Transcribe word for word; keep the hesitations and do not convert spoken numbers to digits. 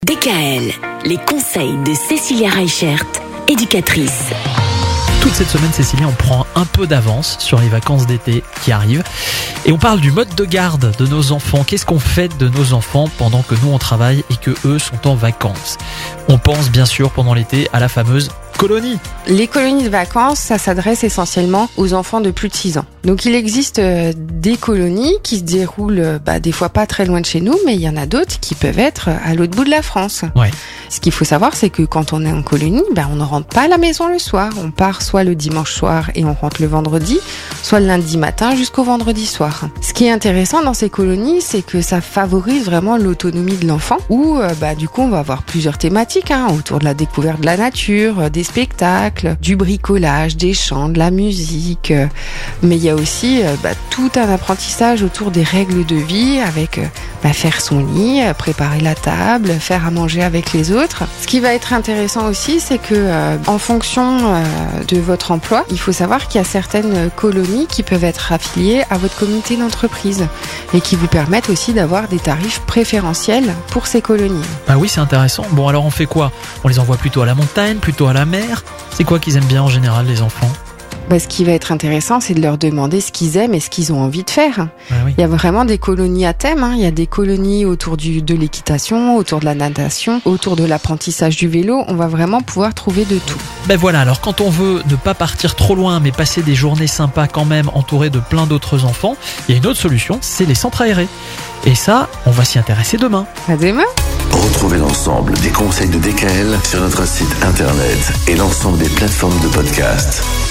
D K L, les conseils de Cécilia Reichert, éducatrice. Toute cette semaine, Cécilia, on prend un peu d'avance sur les vacances d'été qui arrivent. Et on parle du mode de garde de nos enfants. Qu'est-ce qu'on fait de nos enfants pendant que nous on travaille et que eux sont en vacances? On pense bien sûr pendant l'été à la fameuse colonie. Les colonies de vacances, ça s'adresse essentiellement aux enfants de plus de six ans. Donc il existe euh, des colonies qui se déroulent bah, des fois pas très loin de chez nous, mais il y en a d'autres qui peuvent être à l'autre bout de la France. Ouais. Ce qu'il faut savoir, c'est que quand on est en colonie, bah, on ne rentre pas à la maison le soir. On part soit le dimanche soir et on rentre le vendredi, soit le lundi matin jusqu'au vendredi soir. Ce qui est intéressant dans ces colonies, c'est que ça favorise vraiment l'autonomie de l'enfant, où euh, bah, du coup on va avoir plusieurs thématiques hein, autour de la découverte de la nature, des spectacles, du bricolage, des chants, de la musique. Euh, mais il y a aussi euh, bah, tout un apprentissage autour des règles de vie avec euh, bah, faire son lit, préparer la table, faire à manger avec les autres. Ce qui va être intéressant aussi, c'est que euh, en fonction euh, de votre emploi, il faut savoir qu'il y a certaines colonies qui peuvent être affiliées à votre comité d'entreprise et qui vous permettent aussi d'avoir des tarifs préférentiels pour ces colonies. Ah oui, c'est intéressant. Bon, alors on fait quoi? On les envoie plutôt à la montagne, plutôt à la mer? C'est quoi qu'ils aiment bien en général, les enfants? Bah, ce qui va être intéressant, c'est de leur demander ce qu'ils aiment et ce qu'ils ont envie de faire. Ah oui. Il y a vraiment des colonies à thème. Hein. Il y a des colonies autour du, de l'équitation, autour de la natation, autour de l'apprentissage du vélo. On va vraiment pouvoir trouver de tout. Ben voilà, alors quand on veut ne pas partir trop loin, mais passer des journées sympas quand même, entouré de plein d'autres enfants, il y a une autre solution, c'est les centres aérés. Et ça, on va s'y intéresser demain. À demain. Retrouvez l'ensemble des conseils de D K L sur notre site internet et l'ensemble des plateformes de podcast.